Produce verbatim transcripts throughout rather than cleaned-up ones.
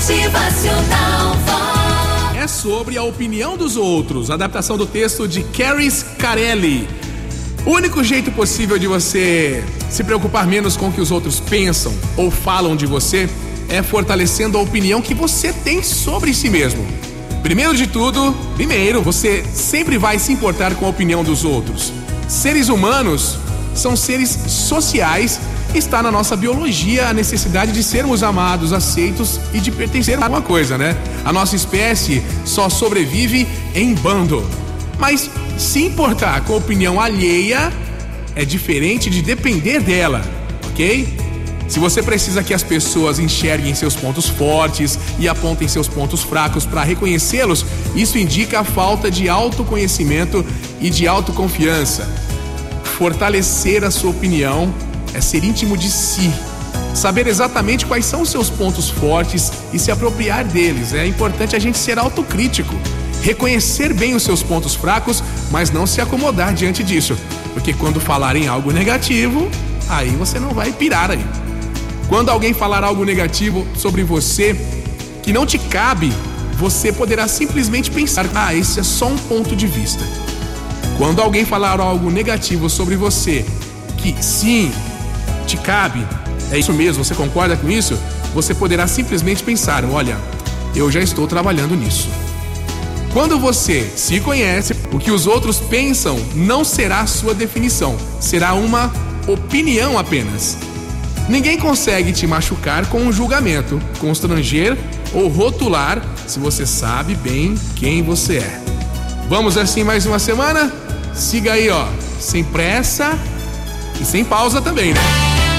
Motivacional Vox. É sobre a opinião dos outros. Adaptação do texto de Carrie Scarelli. O único jeito possível de você se preocupar menos com o que os outros pensam ou falam de você é fortalecendo a opinião que você tem sobre si mesmo. Primeiro de tudo, primeiro, você sempre vai se importar com a opinião dos outros. Seres humanos são seres sociais. Está na nossa biologia a necessidade de sermos amados, aceitos e de pertencer a alguma coisa, né? A nossa espécie só sobrevive em bando. Mas se importar com a opinião alheia é diferente de depender dela, ok? Se você precisa que as pessoas enxerguem seus pontos fortes e apontem seus pontos fracos para reconhecê-los, isso indica a falta de autoconhecimento e de autoconfiança. Fortalecer a sua opinião é ser íntimo de si, saber exatamente quais são os seus pontos fortes e se apropriar deles. É importante a gente ser autocrítico, reconhecer bem os seus pontos fracos, mas não se acomodar diante disso, porque quando falarem algo negativo, aí você não vai pirar aí. Quando alguém falar algo negativo sobre você que não te cabe, você poderá simplesmente pensar: ah, esse é só um ponto de vista. Quando alguém falar algo negativo sobre você que sim te cabe, é isso mesmo, você concorda com isso? Você poderá simplesmente pensar: olha, eu já estou trabalhando nisso. Quando você se conhece, o que os outros pensam não será a sua definição, será uma opinião apenas. Ninguém consegue te machucar com um julgamento, constranger ou rotular se você sabe bem quem você é. Vamos assim mais uma semana? Siga aí, ó, sem pressa e sem pausa também, né?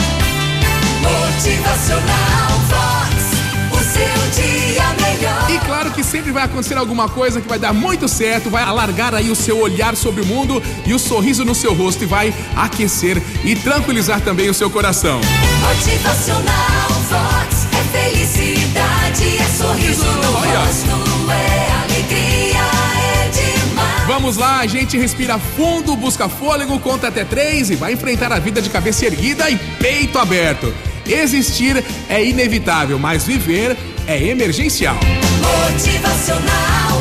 Motivacional Vox, o seu dia melhor. E claro que sempre vai acontecer alguma coisa que vai dar muito certo, vai alargar aí o seu olhar sobre o mundo e o sorriso no seu rosto e vai aquecer e tranquilizar também o seu coração. Motivacional Vox é felicidade, é sorriso no Olha. rosto, é alegria, é demais. Vamos lá, a gente respira fundo, busca fôlego, conta até três e vai enfrentar a vida de cabeça erguida e peito aberto. Existir é inevitável, mas viver é emergencial. Motivacional